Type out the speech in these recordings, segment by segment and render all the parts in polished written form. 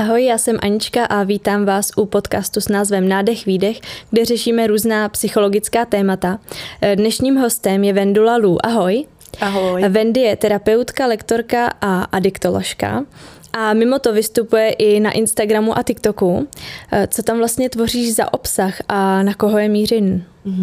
Ahoj, já jsem Anička a vítám vás u podcastu s názvem Nádech výdech, kde řešíme různá psychologická témata. Dnešním hostem je Vendula Lu. Ahoj. Ahoj. Wendy je terapeutka, lektorka a adiktoložka. A mimo to vystupuje i na Instagramu a TikToku. Co tam vlastně tvoříš za obsah a na koho je mířen?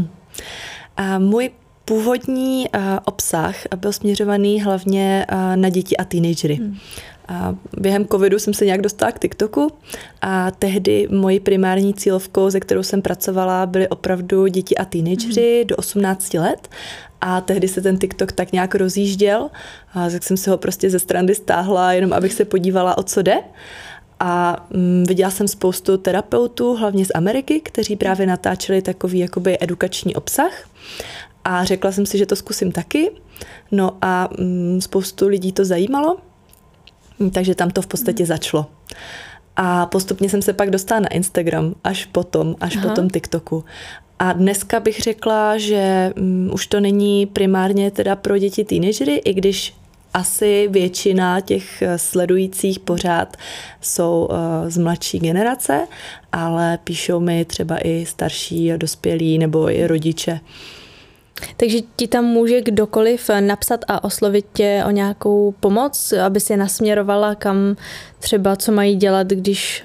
Můj původní obsah byl směřovaný hlavně na děti a teenagery. Během covidu jsem se nějak dostala k TikToku a tehdy mojí primární cílovkou, se kterou jsem pracovala, byly opravdu děti a teenagery do 18 let. A tehdy se ten TikTok tak nějak rozjížděl, tak jsem si ho prostě ze strany stáhla, jenom abych se podívala, o co jde. A viděla jsem spoustu terapeutů, hlavně z Ameriky, kteří právě natáčeli takový jakoby edukační obsah. A řekla jsem si, že to zkusím taky. No a spoustu lidí to zajímalo, takže tam to v podstatě začalo. A postupně jsem se pak dostala na Instagram, až potom TikToku. A dneska bych řekla, že už to není primárně teda pro děti teenagery, i když asi většina těch sledujících pořád jsou z mladší generace, ale píšou mi třeba i starší a dospělí nebo i rodiče. Takže ti tam může kdokoliv napsat a oslovit tě o nějakou pomoc, aby si nasměrovala, kam třeba co mají dělat, když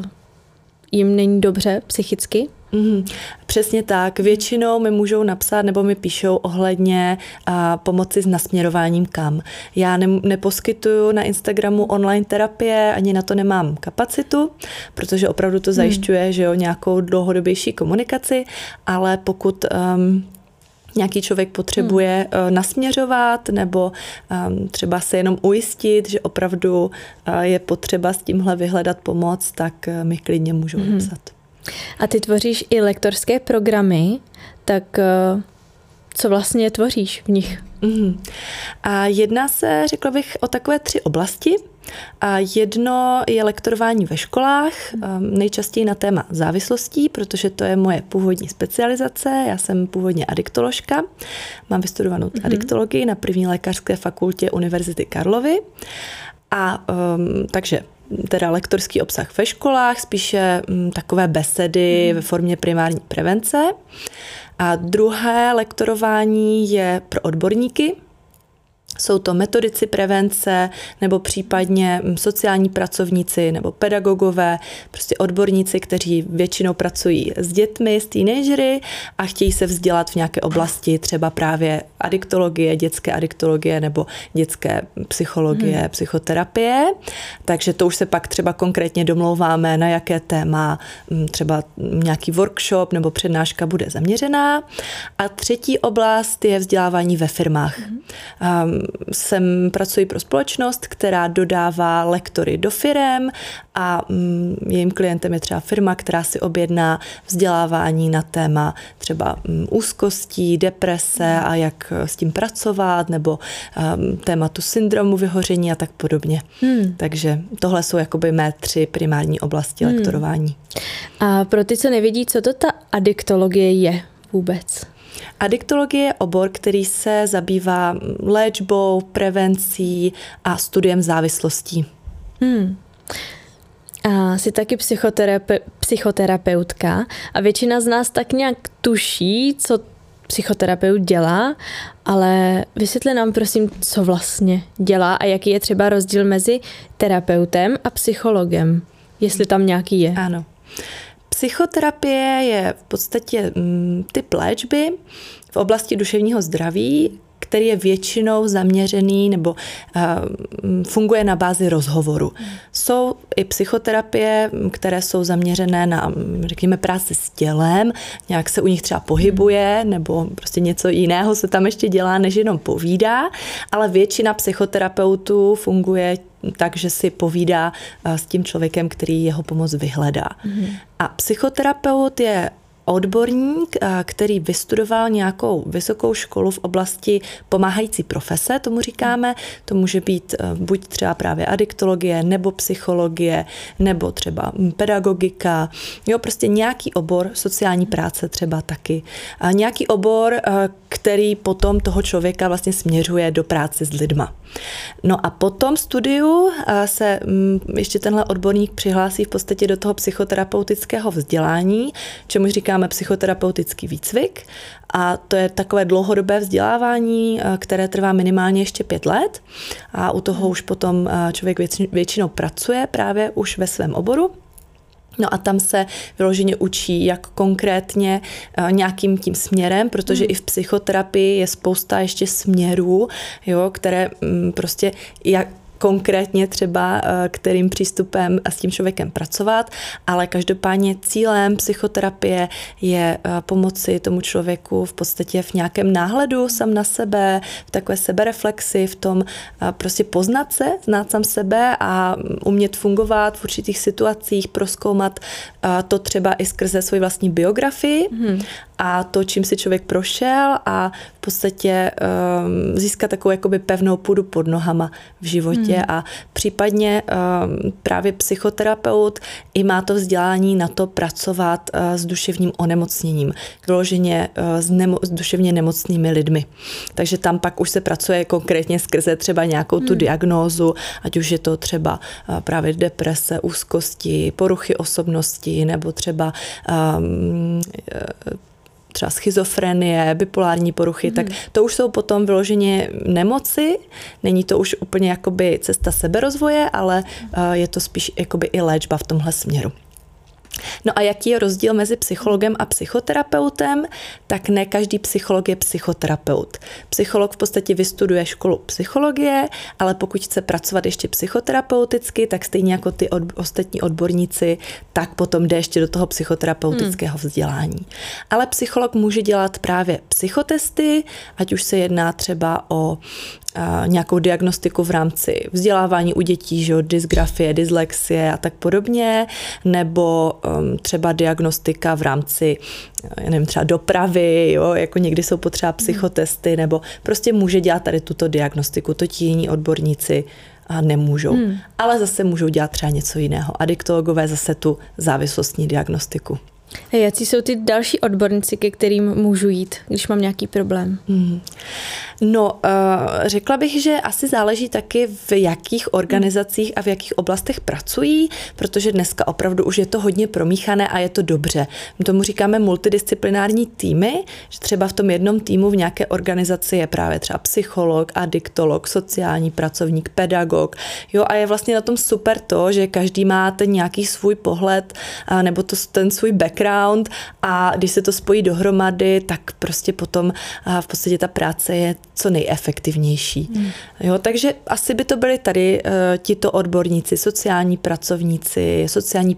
jim není dobře psychicky? Přesně tak. Většinou mi můžou napsat nebo mi píšou ohledně pomoci s nasměrováním kam. Já neposkytuju na Instagramu online terapie, ani na to nemám kapacitu, protože opravdu to zajišťuje, že jo, nějakou dlouhodobější komunikaci, ale pokud nějaký člověk potřebuje nasměřovat nebo třeba se jenom ujistit, že opravdu je potřeba s tímhle vyhledat pomoc, tak mi klidně můžou napsat. A ty tvoříš i lektorské programy, tak co vlastně tvoříš v nich? A jedná se, řekla bych, o takové 3 oblasti. A jedno je lektorování ve školách, nejčastěji na téma závislostí, protože to je moje původní specializace. Já jsem původně adiktoložka, mám vystudovanou adiktologii na první lékařské fakultě Univerzity Karlovy. A takže teda lektorský obsah ve školách, spíše takové besedy ve formě primární prevence. A druhé lektorování je pro odborníky. Jsou to metodici prevence nebo případně sociální pracovníci nebo pedagogové, prostě odborníci, kteří většinou pracují s dětmi, s teenagery a chtějí se vzdělat v nějaké oblasti, třeba právě adiktologie, dětské adiktologie nebo dětské psychologie, psychoterapie. Takže to už se pak třeba konkrétně domlouváme, na jaké téma třeba nějaký workshop nebo přednáška bude zaměřená. A třetí oblast je vzdělávání ve firmách. Pracuji pro společnost, která dodává lektory do firem a jejím klientem je třeba firma, která si objedná vzdělávání na téma třeba úzkostí, deprese a jak s tím pracovat, nebo tématu syndromu vyhoření a tak podobně. Takže tohle jsou jakoby mé 3 primární oblasti lektorování. A pro ty, co nevědí, co to ta adiktologie je vůbec? Adiktologie je obor, který se zabývá léčbou, prevencí a studiem závislostí. A jsi taky psychoterapeutka a většina z nás tak nějak tuší, co psychoterapeut dělá, ale vysvětli nám prosím, co vlastně dělá a jaký je třeba rozdíl mezi terapeutem a psychologem, jestli tam nějaký je. Ano. Psychoterapie je v podstatě typ léčby v oblasti duševního zdraví, který je většinou zaměřený nebo funguje na bázi rozhovoru. Jsou i psychoterapie, které jsou zaměřené na, řekněme, práci s tělem, nějak se u nich třeba pohybuje, nebo prostě něco jiného se tam ještě dělá, než jenom povídá, ale většina psychoterapeutů funguje tak, že si povídá s tím člověkem, který jeho pomoc vyhledá. A psychoterapeut je odborník, který vystudoval nějakou vysokou školu v oblasti pomáhající profese, tomu říkáme. To může být buď třeba právě adiktologie, nebo psychologie, nebo třeba pedagogika. Jo, prostě nějaký obor, sociální práce třeba taky. Nějaký obor, který potom toho člověka vlastně směřuje do práce s lidma. No a po tom studiu se ještě tenhle odborník přihlásí v podstatě do toho psychoterapeutického vzdělání, čemu říkáme psychoterapeutický výcvik. A to je takové dlouhodobé vzdělávání, které trvá minimálně ještě 5 let. A u toho už potom člověk většinou pracuje právě už ve svém oboru. No a tam se vyloženě učí, jak konkrétně nějakým tím směrem, protože i v psychoterapii je spousta ještě směrů, jo, které prostě jak konkrétně třeba kterým přístupem s tím člověkem pracovat, ale každopádně cílem psychoterapie je pomoci tomu člověku v podstatě v nějakém náhledu sám na sebe, v takové sebereflexi, v tom prostě poznat se, znát sám sebe a umět fungovat v určitých situacích, prozkoumat to třeba i skrze svoji vlastní biografii a to, čím si člověk prošel a v podstatě získat takovou jakoby pevnou půdu pod nohama v životě a případně právě psychoterapeut i má to vzdělání na to pracovat s duševním onemocněním, vyloženě s duševně nemocnými lidmi. Takže tam pak už se pracuje konkrétně skrze třeba nějakou tu diagnózu, ať už je to třeba právě deprese, úzkosti, poruchy osobnosti nebo třeba schizofrenie, bipolární poruchy, tak to už jsou potom vyloženě nemoci. Není to už úplně jakoby cesta seberozvoje, ale je to spíš jakoby i léčba v tomhle směru. No a jaký je rozdíl mezi psychologem a psychoterapeutem? Tak ne každý psycholog je psychoterapeut. Psycholog v podstatě vystuduje školu psychologie, ale pokud chce pracovat ještě psychoterapeuticky, tak stejně jako ty ostatní odborníci, tak potom jde ještě do toho psychoterapeutického vzdělání. Ale psycholog může dělat právě psychotesty, ať už se jedná třeba o nějakou diagnostiku v rámci vzdělávání u dětí, že, dysgrafie, dyslexie a tak podobně, nebo třeba diagnostika v rámci nevím, třeba dopravy, jo, jako někdy jsou potřeba psychotesty, nebo prostě může dělat tady tuto diagnostiku, to ti jiní odborníci nemůžou. Ale zase můžou dělat třeba něco jiného. Adiktologové zase tu závislostní diagnostiku. Jaký jsou ty další odborníci, ke kterým můžu jít, když mám nějaký problém? No, řekla bych, že asi záleží taky v jakých organizacích a v jakých oblastech pracují, protože dneska opravdu už je to hodně promíchané a je to dobře. My tomu říkáme multidisciplinární týmy, že třeba v tom jednom týmu v nějaké organizaci je právě třeba psycholog, adiktolog, sociální pracovník, pedagog. Jo, a je vlastně na tom super to, že každý má ten nějaký svůj pohled nebo ten svůj background a když se to spojí dohromady, tak prostě potom v podstatě ta práce je co nejefektivnější. Jo, takže asi by to byly tady tito odborníci, sociální pracovníci, sociální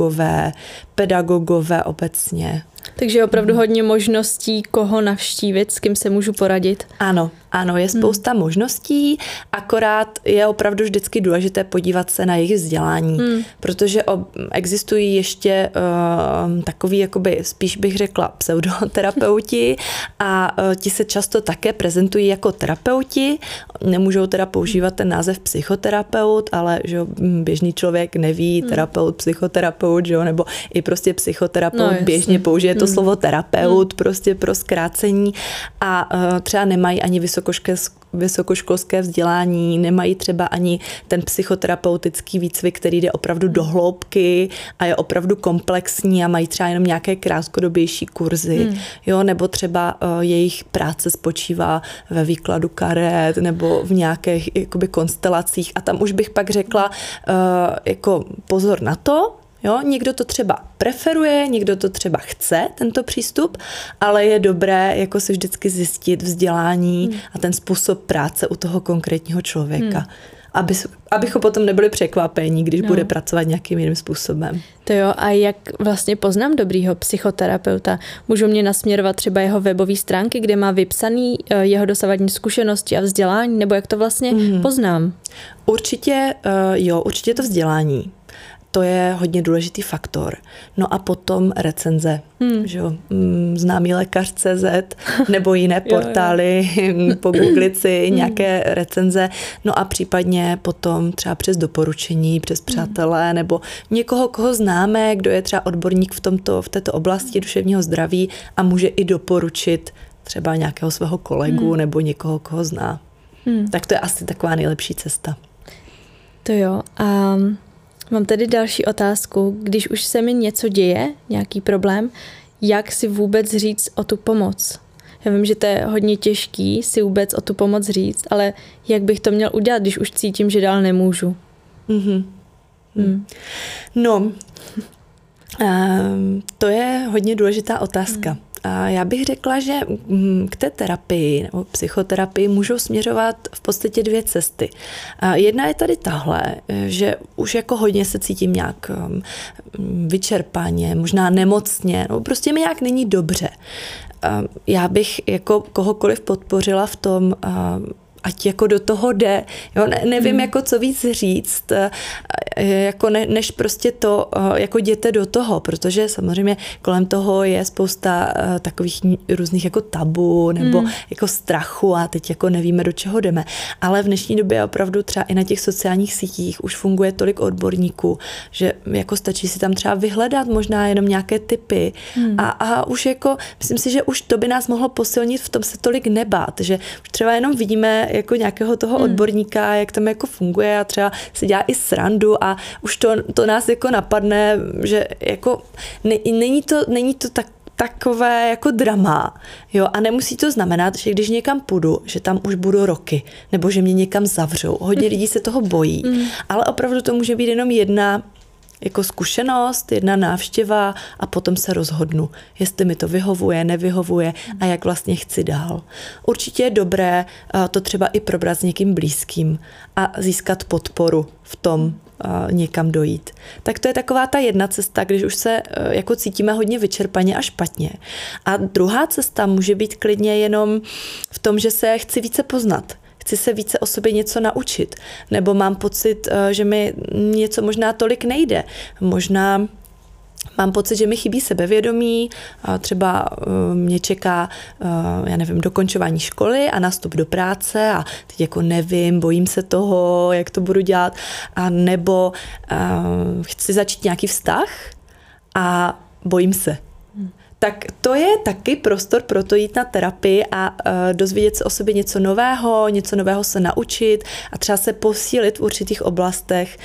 pedagogové obecně. Takže je opravdu hodně možností, koho navštívit, s kým se můžu poradit. Ano, je spousta možností, akorát je opravdu vždycky důležité podívat se na jejich vzdělání, protože existují ještě takový, jakoby spíš bych řekla, pseudoterapeuti a ti se často také prezentují jako terapeuti, nemůžou teda používat ten název psychoterapeut, ale že běžný člověk neví, terapeut, psychoterapeut, že jo, nebo i prostě psychoterapeut běžně použije to slovo terapeut prostě pro zkrácení a třeba nemají ani vysokoškolské vzdělání, nemají třeba ani ten psychoterapeutický výcvik, který jde opravdu do hloubky a je opravdu komplexní a mají třeba jenom nějaké krátkodobější kurzy, jo, nebo třeba jejich práce spočívá ve výkladu karet nebo v nějakých jakoby konstelacích a tam už bych pak řekla jako pozor na to. Jo, někdo to třeba preferuje, někdo to třeba chce, tento přístup, ale je dobré jako si vždycky zjistit vzdělání a ten způsob práce u toho konkrétního člověka. Abychom potom nebyli překvapení, když bude pracovat nějakým jiným způsobem. To jo, a jak vlastně poznám dobrýho psychoterapeuta? Můžu mě nasměrovat třeba jeho webové stránky, kde má vypsaný jeho dosavadní zkušenosti a vzdělání, nebo jak to vlastně poznám? Určitě to vzdělání. to je hodně důležitý faktor. No a potom recenze. Že jo? Známý lékař.cz nebo jiné portály, pogooglit si nějaké recenze, no a případně potom třeba přes doporučení, přes přátelé nebo někoho, koho známe, kdo je třeba odborník v této oblasti duševního zdraví a může i doporučit třeba nějakého svého kolegu nebo někoho, koho zná. Tak to je asi taková nejlepší cesta. To jo. A mám tady další otázku. Když už se mi něco děje, nějaký problém, jak si vůbec říct o tu pomoc? Já vím, že to je hodně těžký si vůbec o tu pomoc říct, ale jak bych to měl udělat, když už cítím, že dál nemůžu? No, to je hodně důležitá otázka. A já bych řekla, že k té terapii nebo psychoterapii můžou směřovat v podstatě 2 cesty. A jedna je tady tahle, že už jako hodně se cítím nějak vyčerpaně, možná nemocně, no prostě mi nějak není dobře. Já bych jako kohokoliv podpořila v tom, ať jako do toho jde. Jo, nevím, jako co víc říct, jako než prostě to, jako jděte do toho, protože samozřejmě kolem toho je spousta takových různých jako tabu nebo jako strachu a teď jako nevíme, do čeho jdeme. Ale v dnešní době opravdu třeba i na těch sociálních sítích už funguje tolik odborníků, že jako stačí si tam třeba vyhledat možná jenom nějaké tipy a už jako, myslím si, že už to by nás mohlo posilnit v tom se tolik nebát, že už třeba jenom vidíme jako nějakého toho odborníka, jak tam jako funguje a třeba se dělá i srandu a už to nás jako napadne, že jako není to takové jako drama, jo, a nemusí to znamenat, že když někam půjdu, že tam už budu roky, nebo že mě někam zavřou. Hodně lidí se toho bojí, ale opravdu to může být jenom jedna jako zkušenost, jedna návštěva a potom se rozhodnu, jestli mi to vyhovuje, nevyhovuje a jak vlastně chci dál. Určitě je dobré to třeba i probrat s někým blízkým a získat podporu v tom někam dojít. Tak to je taková ta jedna cesta, když už se jako cítíme hodně vyčerpaně a špatně. A druhá cesta může být klidně jenom v tom, že se chci více poznat. Chci se více o sobě něco naučit. Nebo mám pocit, že mi něco možná tolik nejde. Možná mám pocit, že mi chybí sebevědomí, třeba mě čeká, já nevím, dokončování školy a nástup do práce a teď jako nevím, bojím se toho, jak to budu dělat, a nebo chci začít nějaký vztah a bojím se. Tak to je taky prostor pro to jít na terapii a dozvědět se o sobě něco nového se naučit a třeba se posílit v určitých oblastech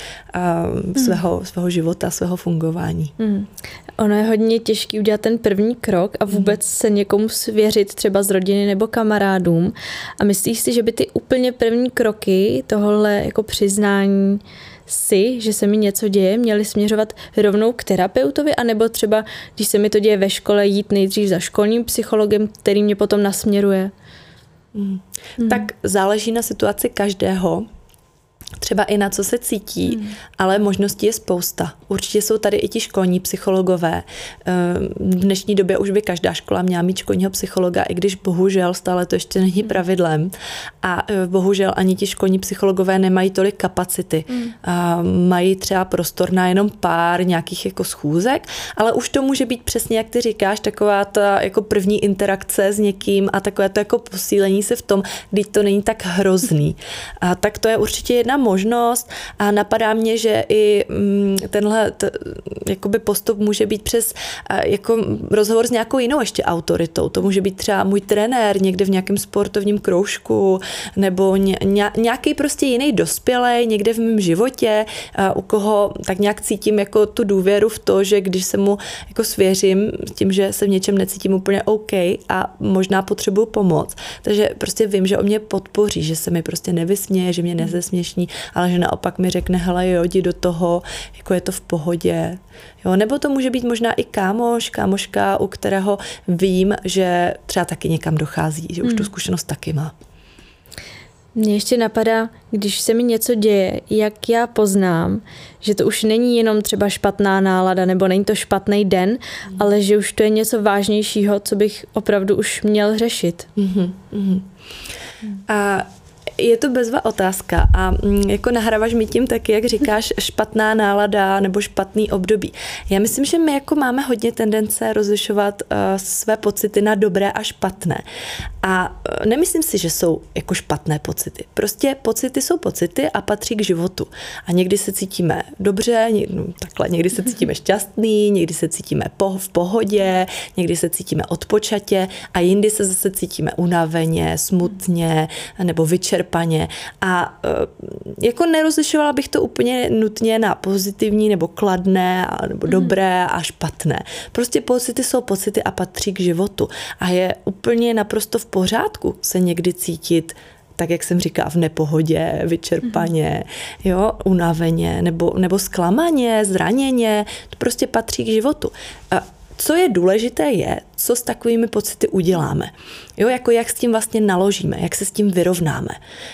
svého života, svého fungování. Ono je hodně těžký udělat ten první krok a vůbec se někomu svěřit třeba z rodiny nebo kamarádům. A myslíš si, že by ty úplně první kroky tohohle jako přiznání si, že se mi něco děje, měli směřovat rovnou k terapeutovi, anebo třeba, když se mi to děje ve škole, jít nejdřív za školním psychologem, který mě potom nasměruje? Tak záleží na situaci každého, třeba i na co se cítí, ale možností je spousta. Určitě jsou tady i ti školní psychologové. V dnešní době už by každá škola měla mít školního psychologa, i když bohužel stále to ještě není pravidlem. A bohužel ani ti školní psychologové nemají tolik kapacity. Mají třeba prostor na jenom pár nějakých jako schůzek, ale už to může být přesně, jak ty říkáš, taková ta jako první interakce s někým a takové to jako posílení se v tom, když to není tak hrozný. A tak to je určitě jedna možnost a napadá mě, že i tenhle jakoby postup může být přes jako rozhovor s nějakou jinou ještě autoritou. To může být třeba můj trenér někde v nějakém sportovním kroužku nebo nějaký prostě jiný dospělej někde v mém životě, u koho tak nějak cítím jako tu důvěru v to, že když se mu jako svěřím tím, že se v něčem necítím úplně OK a možná potřebuju pomoc. Takže prostě vím, že on mě podpoří, že se mi prostě nevysměje, že mě nezesměšní, ale že naopak mi řekne, hele jo, jdi do toho, jako je to v pohodě. Jo, nebo to může být možná i kámoška, u kterého vím, že třeba taky někam dochází, že už tu zkušenost taky má. Mně ještě napadá, když se mi něco děje, jak já poznám, že to už není jenom třeba špatná nálada nebo není to špatný den, ale že už to je něco vážnějšího, co bych opravdu už měl řešit. A je to bezva otázka a jako nahráváš mi tím taky, jak říkáš, špatná nálada nebo špatný období. Já myslím, že my jako máme hodně tendence rozlišovat své pocity na dobré a špatné. A nemyslím si, že jsou jako špatné pocity. Prostě pocity jsou pocity a patří k životu. A někdy se cítíme dobře, někdy se cítíme šťastný, někdy se cítíme v pohodě, někdy se cítíme odpočatě a jindy se zase cítíme unaveně, smutně nebo vyčerpaně. A jako nerozlišovala bych to úplně nutně na pozitivní nebo kladné nebo dobré a špatné. Prostě pocity jsou pocity a patří k životu. A je úplně naprosto v pořádku se někdy cítit tak, jak jsem říkala, v nepohodě, vyčerpaně, jo, unaveně nebo zklamaně, zraněně. To prostě patří k životu. Co je důležité je, co s takovými pocity uděláme. Jo, jako jak s tím vlastně naložíme, jak se s tím vyrovnáme.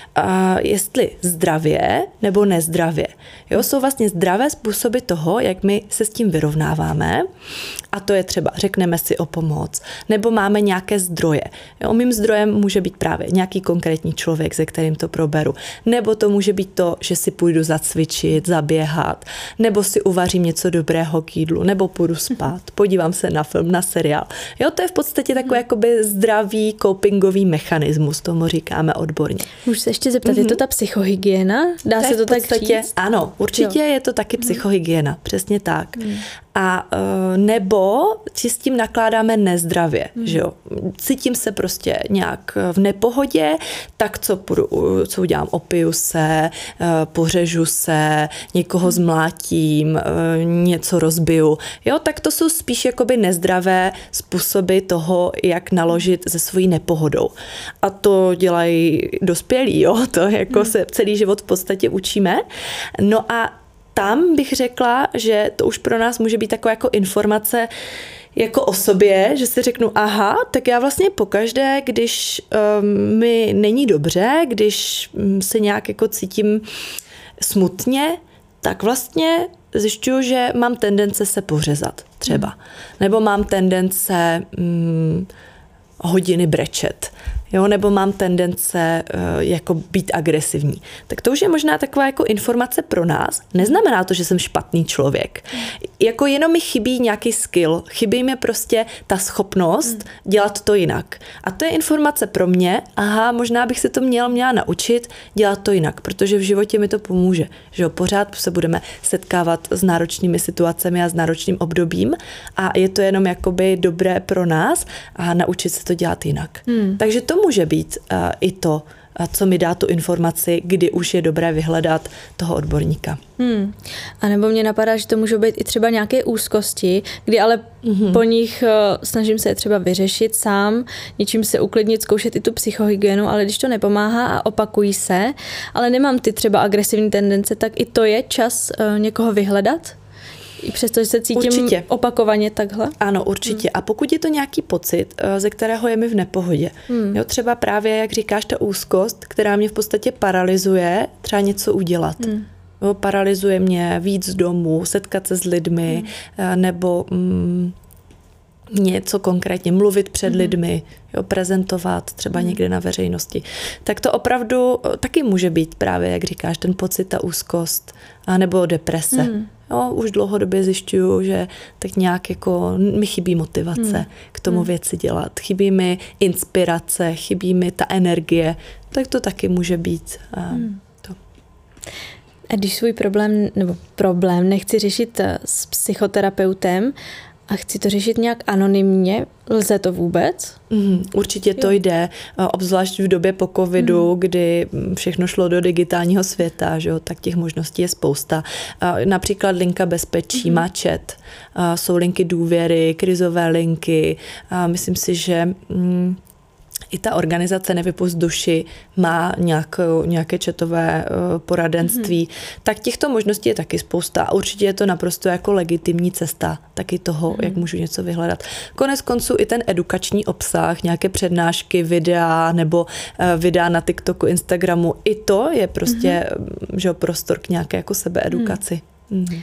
Jestli zdravě nebo nezdravě. Jo, jsou vlastně zdravé způsoby toho, jak my se s tím vyrovnáváme. A to je třeba, řekneme si o pomoc, nebo máme nějaké zdroje. Jo, mým zdrojem může být právě nějaký konkrétní člověk, se kterým to proberu. Nebo to může být to, že si půjdu zacvičit, zaběhat, nebo si uvařím něco dobrého k jídlu, nebo půjdu spát, podívám se na film, na seriál. Jo, to je v podstatě takový jakoby zdravý copingový mechanismus, tomu říkáme odborně. Můžu se ještě zeptat, je to ta psychohygiena? Dá se to tak říct? Ano, určitě je to taky psychohygiena, přesně tak. A nebo si s tím nakládáme nezdravě, že jo. Cítím se prostě nějak v nepohodě, tak co udělám? Opiju se, pořežu se, někoho zmlátím, něco rozbiju. Jo, tak to jsou spíš jakoby nezdravé způsoby toho, jak naložit se svojí nepohodou. A to dělají dospělí, jo, to jako se celý život v podstatě učíme. No a tam bych řekla, že to už pro nás může být taková jako informace jako o sobě, že si řeknu, aha, tak já vlastně pokaždé, když mi není dobře, když se nějak jako cítím smutně, tak vlastně zjišťuju, že mám tendence se pořezat třeba. Nebo mám tendence hodiny brečet. Jo, nebo mám tendence jako být agresivní. Tak to už je možná taková jako informace pro nás. Neznamená to, že jsem špatný člověk. Jako jenom mi chybí nějaký skill. Chybí mi prostě ta schopnost dělat to jinak. A to je informace pro mě. Aha, možná bych se to měla naučit dělat to jinak, protože v životě mi to pomůže. Že jo, pořád se budeme setkávat s náročnými situacemi a s náročným obdobím a je to jenom jakoby dobré pro nás a naučit se to dělat jinak. Takže to může být i to, co mi dá tu informaci, kdy už je dobré vyhledat toho odborníka. A nebo mě napadá, že to můžou být i třeba nějaké úzkosti, kdy ale po nich snažím se je třeba vyřešit sám, něčím se uklidnit, zkoušet i tu psychohygienu, ale když to nepomáhá a opakují se, ale nemám ty třeba agresivní tendence, tak i to je čas někoho vyhledat? I přesto, že se cítím opakovaně takhle? Ano, určitě. A pokud je to nějaký pocit, ze kterého je mi v nepohodě. Jo, třeba právě, jak říkáš, ta úzkost, která mě v podstatě paralyzuje, třeba něco udělat. Jo, paralyzuje mě víc z domu, setkat se s lidmi, nebo něco konkrétně, mluvit před lidmi, jo, prezentovat třeba někde na veřejnosti. Tak to opravdu taky může být právě, jak říkáš, ten pocit, ta úzkost, nebo deprese. Jo, už dlouhodobě zjišťuju, že tak nějak jako mi chybí motivace k tomu věci dělat. Chybí mi inspirace, chybí mi ta energie. Tak to taky může být to. A když svůj problém nechci řešit s psychoterapeutem a chci to řešit nějak anonymně, lze to vůbec? Určitě to jde, obzvlášť v době po covidu, kdy všechno šlo do digitálního světa, že jo, tak těch možností je spousta. Například linka bezpečí, má chat, jsou linky důvěry, krizové linky. Myslím si, že i ta organizace Nevypusť duši má nějaké chatové poradenství. Tak těchto možností je taky spousta a určitě je to naprosto jako legitimní cesta taky toho, jak můžu něco vyhledat. Konec konců i ten edukační obsah, nějaké přednášky, videa nebo videa na TikToku, Instagramu, i to je prostě že prostor k nějaké jako sebeedukaci.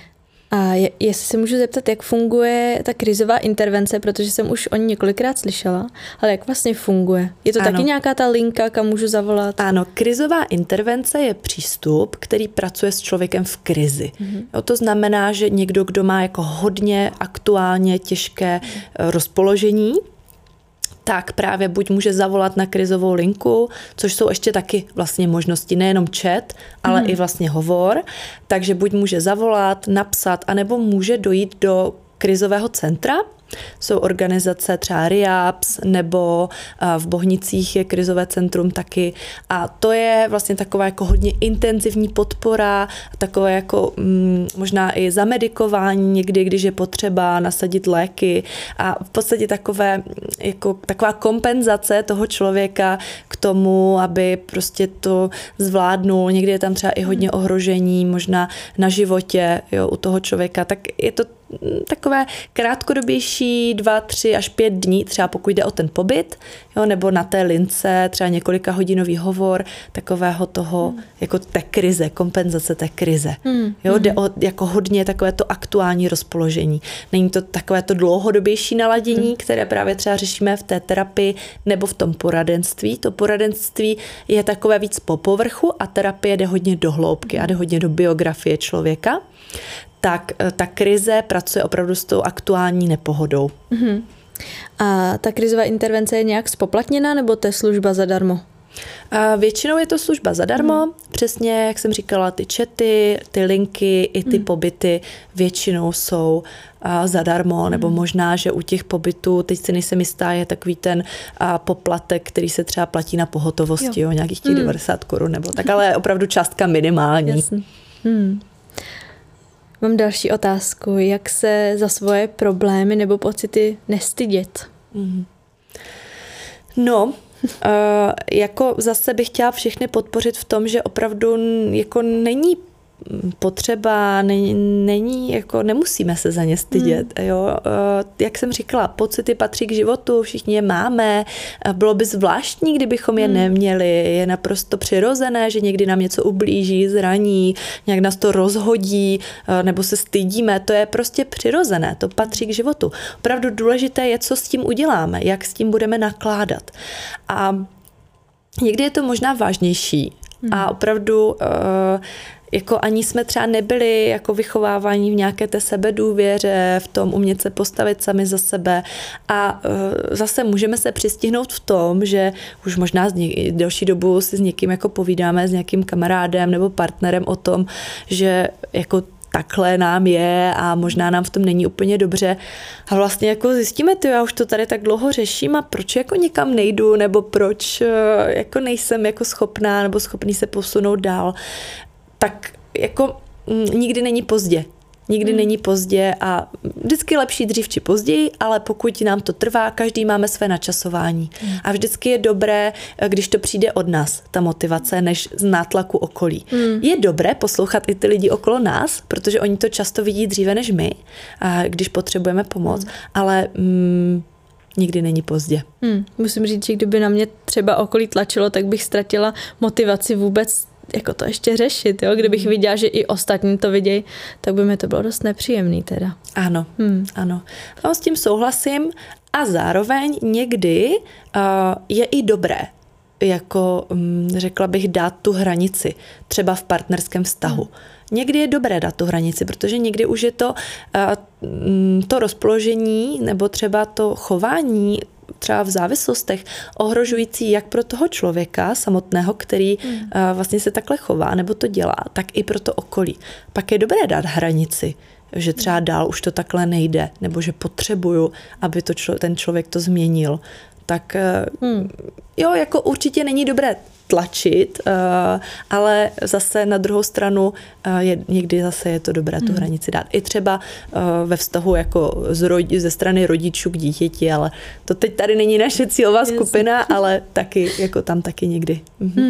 A jestli se můžu zeptat, jak funguje ta krizová intervence, protože jsem už o ní několikrát slyšela, ale jak vlastně funguje? Je to taky nějaká ta linka, kam můžu zavolat? Ano, krizová intervence je přístup, který pracuje s člověkem v krizi. Jo, to znamená, že někdo, kdo má jako hodně aktuálně těžké rozpoložení, tak právě buď může zavolat na krizovou linku, což jsou ještě taky vlastně možnosti, nejenom chat, ale i vlastně hovor. Takže buď může zavolat, napsat, anebo může dojít do krizového centra. Jsou organizace třeba RIAPS nebo v Bohnicích je krizové centrum taky. A to je vlastně taková jako hodně intenzivní podpora, takové jako možná i zamedikování někdy, když je potřeba nasadit léky a v podstatě taková kompenzace toho člověka k tomu, aby prostě to zvládnul. Někdy je tam třeba i hodně ohrožení, možná na životě, jo, u toho člověka. Tak je to takové krátkodobější 2, 3 až 5 dní, třeba pokud jde o ten pobyt, jo, nebo na té lince třeba několika hodinový hovor takového toho, jako té krize, kompenzace té krize. Jo, jde o jako hodně takové to aktuální rozpoložení. Není to takové to dlouhodobější naladění, které právě třeba řešíme v té terapii nebo v tom poradenství. To poradenství je takové víc po povrchu a terapie jde hodně do hloubky a jde hodně do biografie člověka. Tak ta krize pracuje opravdu s tou aktuální nepohodou. A ta krizová intervence je nějak spoplatněná, nebo to je služba zadarmo? Většinou je to služba zadarmo, přesně jak jsem říkala, ty chaty, ty linky i ty pobyty většinou jsou zadarmo, nebo možná, že u těch pobytů, teď si nejsem jistá, je takový ten poplatek, který se třeba platí na pohotovosti, jo, nějakých těch 90 korun nebo tak, ale opravdu částka minimální. Jasně. Mám další otázku. Jak se za svoje problémy nebo pocity nestydět? No, jako zase bych chtěla všechny podpořit v tom, že opravdu jako není potřeba, není jako nemusíme se za ně stydět. Jo? Jak jsem říkala, pocity patří k životu, všichni je máme. Bylo by zvláštní, kdybychom je neměli. Je naprosto přirozené, že někdy nám něco ublíží, zraní, nějak nás to rozhodí, nebo se stydíme. To je prostě přirozené, to patří k životu. Opravdu důležité je, co s tím uděláme, jak s tím budeme nakládat. A někdy je to možná vážnější. A opravdu jako ani jsme třeba nebyli jako vychováváni v nějaké té sebedůvěře, v tom umět se postavit sami za sebe a zase můžeme se přistihnout v tom, že už možná delší dobu si s někým jako povídáme, s nějakým kamarádem nebo partnerem o tom, že jako takhle nám je a možná nám v tom není úplně dobře. A vlastně jako zjistíme, já už to tady tak dlouho řeším a proč jako nikam nejdu, nebo proč jako nejsem jako schopná nebo schopný se posunout dál. Tak jako nikdy není pozdě. Nikdy není pozdě a vždycky lepší dřív či později, ale pokud nám to trvá, každý máme své načasování. A vždycky je dobré, když to přijde od nás, ta motivace, než z nátlaku okolí. Je dobré poslouchat i ty lidi okolo nás, protože oni to často vidí dříve než my, když potřebujeme pomoc, ale nikdy není pozdě. Musím říct, že kdyby na mě třeba okolí tlačilo, tak bych ztratila motivaci vůbec jako to ještě řešit, jo? Kdybych viděla, že i ostatní to vidějí, tak by mi to bylo dost nepříjemný teda. Ano, ano. A s tím souhlasím a zároveň někdy je i dobré, jako řekla bych, dát tu hranici, třeba v partnerském vztahu. Někdy je dobré dát tu hranici, protože někdy už je to rozpoložení nebo třeba to chování třeba v závislostech ohrožující jak pro toho člověka samotného, který vlastně se takhle chová nebo to dělá, tak i pro to okolí. Pak je dobré dát hranici, že třeba dál už to takhle nejde, nebo že potřebuju, aby ten člověk to změnil. Tak jo, jako určitě není dobré tlačit, ale zase na druhou stranu někdy zase je to dobré tu hranici dát. I třeba ve vztahu jako ze strany rodičů k dítěti, ale to teď tady není naše cílová skupina, ale taky, jako tam taky někdy.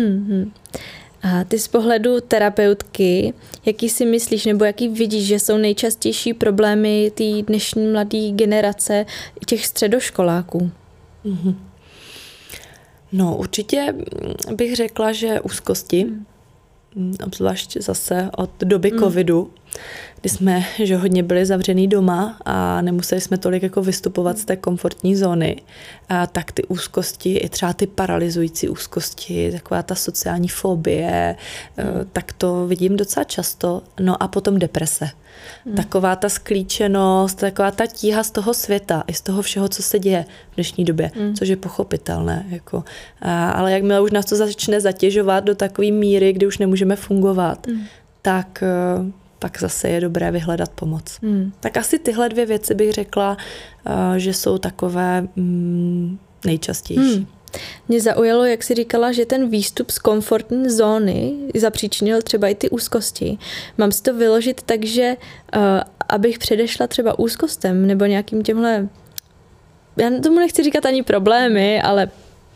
A ty z pohledu terapeutky, jaký si myslíš, nebo jaký vidíš, že jsou nejčastější problémy té dnešní mladé generace těch středoškoláků? No, určitě bych řekla, že úzkosti, obzvlášť zase od doby covidu, kdy jsme hodně byli zavřený doma a nemuseli jsme tolik jako vystupovat z té komfortní zóny, tak ty úzkosti, i třeba ty paralyzující úzkosti, taková ta sociální fobie, tak to vidím docela často. No a potom deprese. Taková ta sklíčenost, taková ta tíha z toho světa i z toho všeho, co se děje v dnešní době, což je pochopitelné. Jako. Ale jakmile už nás to začne zatěžovat do takové míry, kdy už nemůžeme fungovat, tak zase je dobré vyhledat pomoc. Tak asi tyhle 2 věci bych řekla, že jsou takové nejčastější. Mě zaujalo, jak jsi říkala, že ten výstup z komfortní zóny zapříčinil třeba i ty úzkosti. Mám si to vyložit tak, že abych předešla třeba úzkostem nebo nějakým těmhle, já tomu nechci říkat ani problémy, ale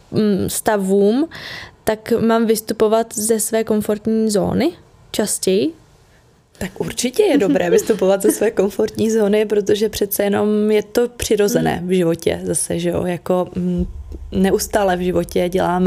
stavům, tak mám vystupovat ze své komfortní zóny častěji? Tak určitě je dobré vystupovat ze své komfortní zóny, protože přece jenom je to přirozené v životě zase, že jo, jako neustále v životě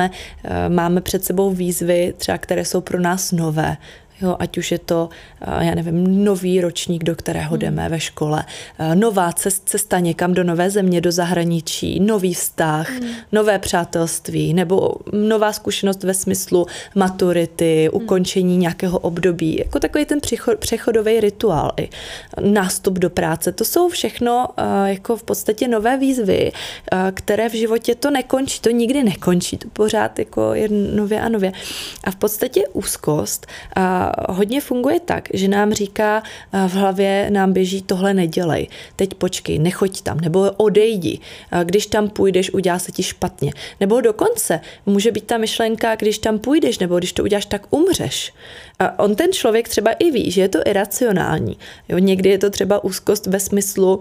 máme před sebou výzvy, třeba které jsou pro nás nové. Jo, ať už je to, já nevím, nový ročník, do kterého jdeme ve škole, nová cesta někam do nové země, do zahraničí, nový vztah, nové přátelství, nebo nová zkušenost ve smyslu maturity, ukončení nějakého období, jako takový ten přechodový rituál, i nástup do práce. To jsou všechno jako v podstatě nové výzvy, které v životě to nekončí, to nikdy nekončí, to pořád jako je nově a nově. A v podstatě úzkost hodně funguje tak, že nám říká, v hlavě nám běží tohle nedělej, teď počkej, nechoď tam, nebo odejdi, když tam půjdeš, udělá se ti špatně. Nebo dokonce může být ta myšlenka, když tam půjdeš, nebo když to uděláš, tak umřeš. A on ten člověk třeba i ví, že je to iracionální. Jo, někdy je to třeba úzkost ve smyslu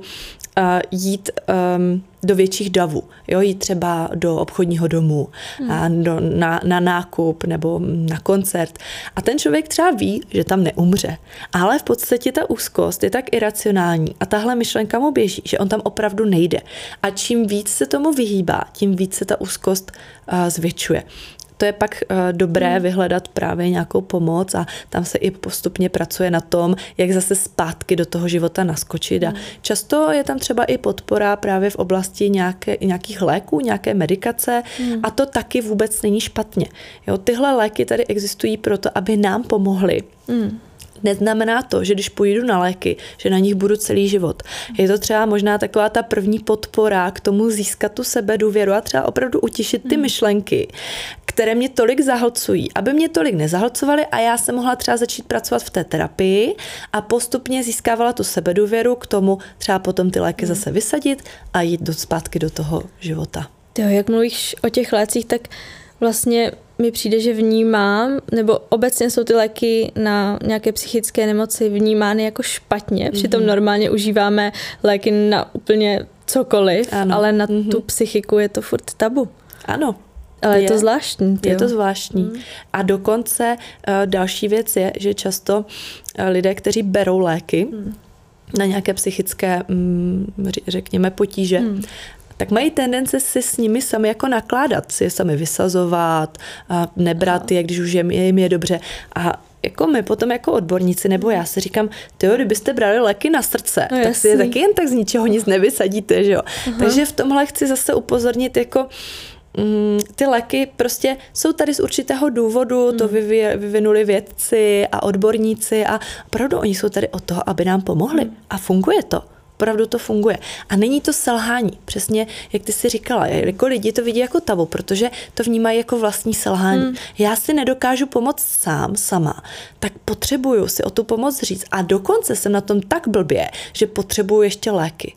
jít do větších davů, jo, jít třeba do obchodního domu, na nákup nebo na koncert. A ten člověk třeba ví, že tam neumře. Ale v podstatě ta úzkost je tak iracionální a tahle myšlenka mu běží, že on tam opravdu nejde. A čím víc se tomu vyhýbá, tím víc se ta úzkost zvětšuje. To je pak dobré vyhledat právě nějakou pomoc a tam se i postupně pracuje na tom, jak zase zpátky do toho života naskočit. A často je tam třeba i podpora právě v oblasti nějakých léků, nějaké medikace a to taky vůbec není špatně. Jo, tyhle léky tady existují proto, aby nám pomohly. Neznamená to, že když půjdu na léky, že na nich budu celý život. Je to třeba možná taková ta první podpora k tomu získat tu sebedůvěru a třeba opravdu utišit ty myšlenky, které mě tolik zahlcují, aby mě tolik nezahlcovaly a já se mohla třeba začít pracovat v té terapii a postupně získávala tu sebedůvěru k tomu třeba potom ty léky zase vysadit a jít zpátky do toho života. Jo, jak mluvíš o těch lécích, tak vlastně mi přijde, že vnímám, nebo obecně jsou ty léky na nějaké psychické nemoci vnímány jako špatně, přitom normálně užíváme léky na úplně cokoliv, ale na tu psychiku je to furt tabu. Ano. Ale je to zvláštní. Je to zvláštní. A dokonce další věc je, že často lidé, kteří berou léky na nějaké psychické, řekněme, potíže, tak mají tendence si s nimi sami jako nakládat, si je sami vysazovat, a nebrat je, když už jim je dobře. A jako my potom jako odborníci, nebo já si říkám, kdybyste brali léky na srdce, tak si je taky jen tak z ničeho nic nevysadíte, že jo. Takže v tomhle chci zase upozornit, jako ty léky prostě jsou tady z určitého důvodu, to vyvinuli vědci a odborníci a opravdu oni jsou tady od toho, aby nám pomohli. A funguje to. Opravdu to funguje. A není to selhání. Přesně, jak ty jsi říkala, jako lidi to vidí jako tabu, protože to vnímají jako vlastní selhání. Já si nedokážu pomoct sama, tak potřebuju si o tu pomoc říct. A dokonce jsem na tom tak blbě, že potřebuju ještě léky.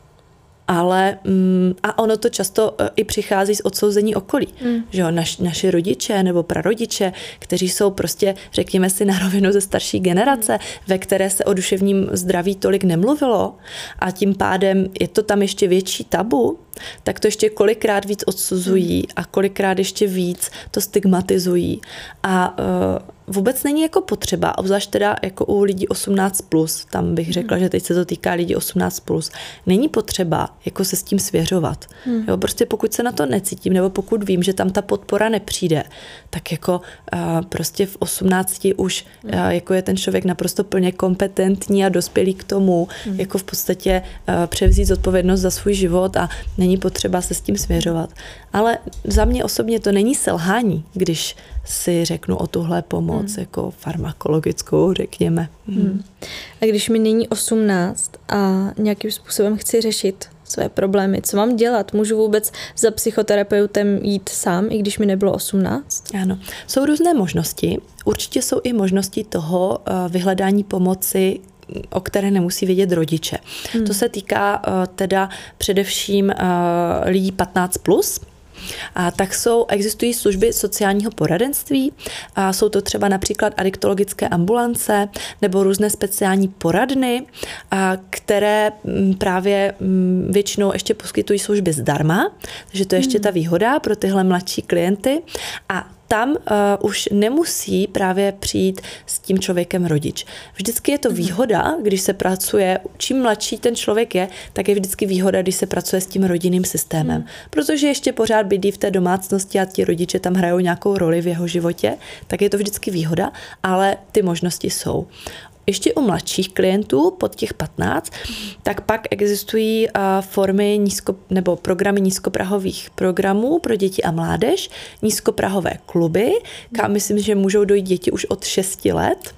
Ale a ono to často i přichází z odsouzení okolí. Že jo, naši rodiče nebo prarodiče, kteří jsou prostě, řekněme si na rovinu ze starší generace, ve které se o duševním zdraví tolik nemluvilo a tím pádem je to tam ještě větší tabu, tak to ještě kolikrát víc odsuzují a kolikrát ještě víc to stigmatizují. A vůbec není jako potřeba, obzvlášť teda jako u lidí 18+, tam bych řekla, že teď se to týká lidí 18+, není potřeba jako se s tím svěřovat. Jo, prostě pokud se na to necítím, nebo pokud vím, že tam ta podpora nepřijde, tak jako prostě v 18 už jako je ten člověk naprosto plně kompetentní a dospělý k tomu, jako v podstatě převzít zodpovědnost za svůj život a není potřeba se s tím svěřovat. Ale za mě osobně to není selhání, když si řeknu o tuhle pomoc, jako farmakologickou, řekněme. A když mi není 18 a nějakým způsobem chci řešit své problémy, co mám dělat? Můžu vůbec za psychoterapeutem jít sám, i když mi nebylo 18? Ano, jsou různé možnosti. Určitě jsou i možnosti toho vyhledání pomoci, o které nemusí vědět rodiče. To se týká teda především lidí 15+, a tak existují služby sociálního poradenství, a jsou to třeba například adiktologické ambulance nebo různé speciální poradny, které právě většinou ještě poskytují služby zdarma, takže to je ještě ta výhoda pro tyhle mladší klienty a tam už nemusí právě přijít s tím člověkem rodič. Vždycky je to výhoda, když se pracuje, čím mladší ten člověk je, tak je vždycky výhoda, když se pracuje s tím rodinným systémem. Protože ještě pořád bydlí v té domácnosti a ti rodiče tam hrajou nějakou roli v jeho životě, tak je to vždycky výhoda, ale ty možnosti jsou. Ještě u mladších klientů pod těch 15, tak pak existují formy nebo programy nízkoprahových programů pro děti a mládež, nízkoprahové kluby, kam myslím, že můžou dojít děti už od 6 let.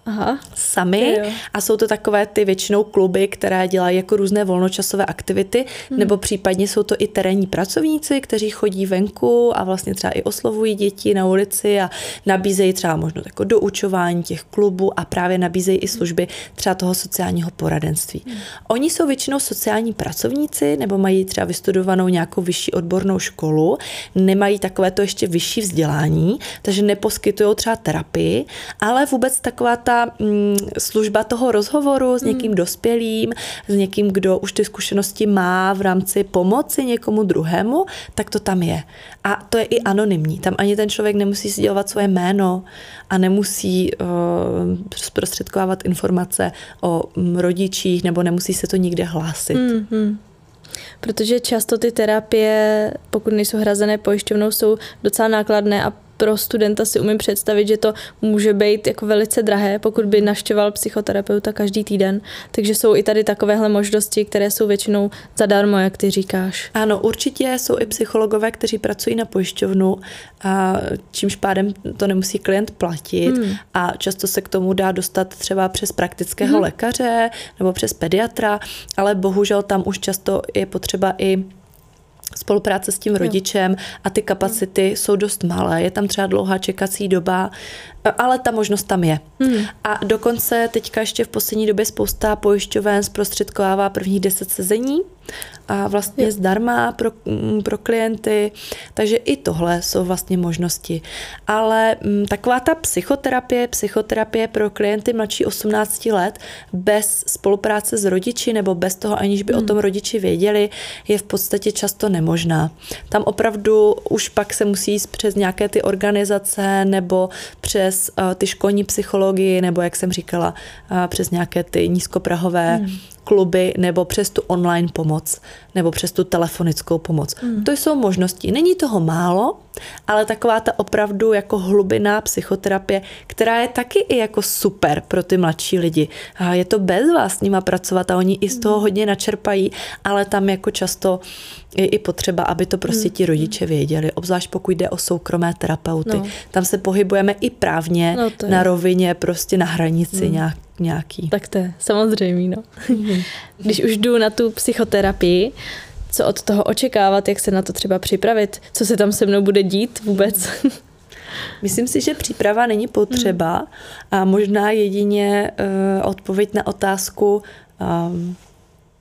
Sami a jsou to takové ty většinou kluby, které dělají jako různé volnočasové aktivity, nebo případně jsou to i terénní pracovníci, kteří chodí venku a vlastně třeba i oslovují děti na ulici a nabízejí třeba možno jako doučování těch klubů a právě nabízejí i služby třeba toho sociálního poradenství. Oni jsou většinou sociální pracovníci nebo mají třeba vystudovanou nějakou vyšší odbornou školu, nemají takové to ještě vyšší vzdělání, takže neposkytují třeba terapii, ale vůbec taková ta služba toho rozhovoru s někým dospělým, s někým, kdo už ty zkušenosti má v rámci pomoci někomu druhému, tak to tam je. A to je i anonymní. Tam ani ten člověk nemusí si dělat svoje jméno a nemusí zprostředkovávat informace o rodičích nebo nemusí se to nikde hlásit. Protože často ty terapie, pokud nejsou hrazené pojišťovnou, jsou docela nákladné a pro studenta si umím představit, že to může být jako velice drahé, pokud by navštěvoval psychoterapeuta každý týden. Takže jsou i tady takovéhle možnosti, které jsou většinou zadarmo, jak ty říkáš. Ano, určitě jsou i psychologové, kteří pracují na pojišťovnu, a čímž pádem to nemusí klient platit a často se k tomu dá dostat třeba přes praktického lékaře nebo přes pediatra, ale bohužel tam už často je potřeba i spolupráce s tím rodičem a ty kapacity jsou dost malé. Je tam třeba dlouhá čekací doba, ale ta možnost tam je. A dokonce teďka ještě v poslední době spousta pojišťoven zprostředkovává prvních 10 sezení a vlastně zdarma pro klienty, takže i tohle jsou vlastně možnosti. Ale taková ta psychoterapie pro klienty mladší 18 let bez spolupráce s rodiči nebo bez toho, aniž by o tom rodiči věděli, je v podstatě často nemožná. Tam opravdu už pak se musí jít přes nějaké ty organizace nebo přes ty školní psychologii nebo, jak jsem říkala, přes nějaké ty nízkoprahové kluby nebo přes tu online pomoc nebo přes tu telefonickou pomoc. To jsou možnosti. Není toho málo, ale taková ta opravdu jako hlubinná psychoterapie, která je taky i jako super pro ty mladší lidi. A je to bezva s nima pracovat a oni i z toho hodně načerpají, ale tam jako často je i potřeba, aby to prostě ti rodiče věděli, obzvlášť pokud jde o soukromé terapeuty. Tam se pohybujeme i právně na rovině, prostě na hranici nějaký. Tak to je samozřejmě, no. Když už jdu na tu psychoterapii, co od toho očekávat, jak se na to třeba připravit, co se tam se mnou bude dít vůbec? Myslím si, že příprava není potřeba a možná jedině odpověď na otázku,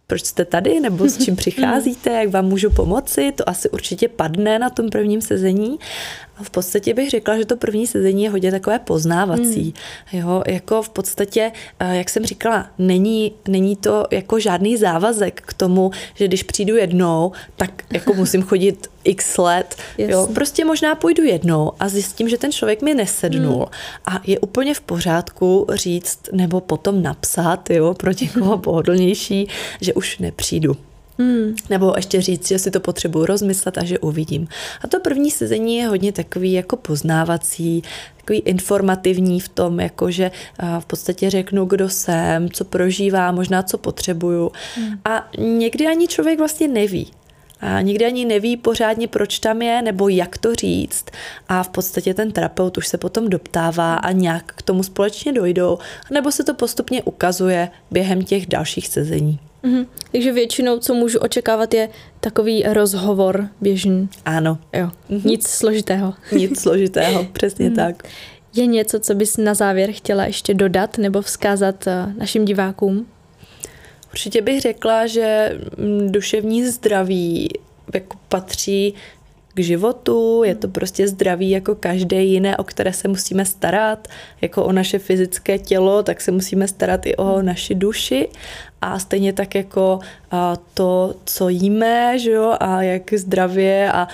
proč jste tady, nebo s čím přicházíte, jak vám můžu pomoci, to asi určitě padne na tom prvním sezení. A v podstatě bych řekla, že to první sezení je hodně takové poznávací. Jo, jako v podstatě, jak jsem říkala, není to jako žádný závazek k tomu, že když přijdu jednou, tak jako musím chodit x let. Jo, prostě možná půjdu jednou a zjistím, že ten člověk mi nesednul. A je úplně v pořádku říct nebo potom napsat, jo, pro někoho pohodlnější, že už nepřijdu. Nebo ještě říct, že si to potřebuji rozmyslet a že uvidím. A to první sezení je hodně takový jako poznávací, takový informativní v tom, jako že v podstatě řeknu, kdo jsem, co prožívám, možná co potřebuju. A někdy ani člověk vlastně neví. A nikdy ani neví pořádně, proč tam je, nebo jak to říct. A v podstatě ten terapeut už se potom doptává a nějak k tomu společně dojdou, nebo se to postupně ukazuje během těch dalších sezení. Takže většinou, co můžu očekávat, je takový rozhovor běžný. Ano. Jo. Nic složitého. Nic složitého, přesně tak. Je něco, co bys na závěr chtěla ještě dodat nebo vzkázat našim divákům? Určitě bych řekla, že duševní zdraví jako patří k životu, je to prostě zdraví jako každé jiné, o které se musíme starat, jako o naše fyzické tělo, tak se musíme starat i o naši duši a stejně tak jako to, co jíme, že jo, a jak zdravě a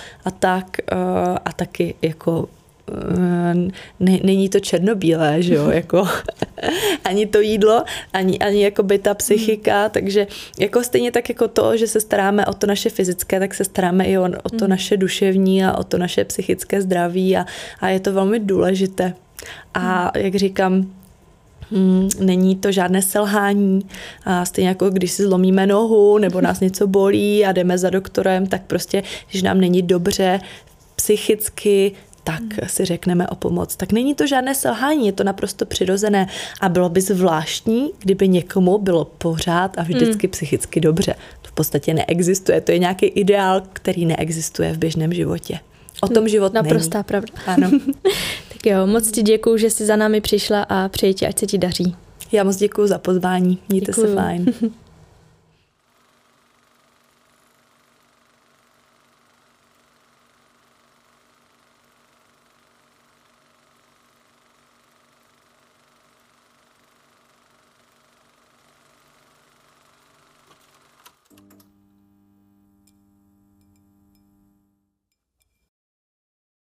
taky jako není to černobílé, že jo, jako ani to jídlo, ani jako by ta psychika, takže jako stejně tak jako to, že se staráme o to naše fyzické, tak se staráme i o to naše duševní a o to naše psychické zdraví a je to velmi důležité. A jak říkám, není to žádné selhání. A stejně jako když si zlomíme nohu nebo nás něco bolí a jdeme za doktorem, tak prostě, když nám není dobře psychicky, tak si řekneme o pomoc. Tak není to žádné selhání, je to naprosto přirozené a bylo by zvláštní, kdyby někomu bylo pořád a vždycky psychicky dobře. To v podstatě neexistuje, to je nějaký ideál, který neexistuje v běžném životě. O tom život není. Naprostá pravda. Ano. Tak jo, moc ti děkuju, že jsi za námi přišla a přeji ti, ať se ti daří. Já moc děkuju za pozvání, mějte se fajn.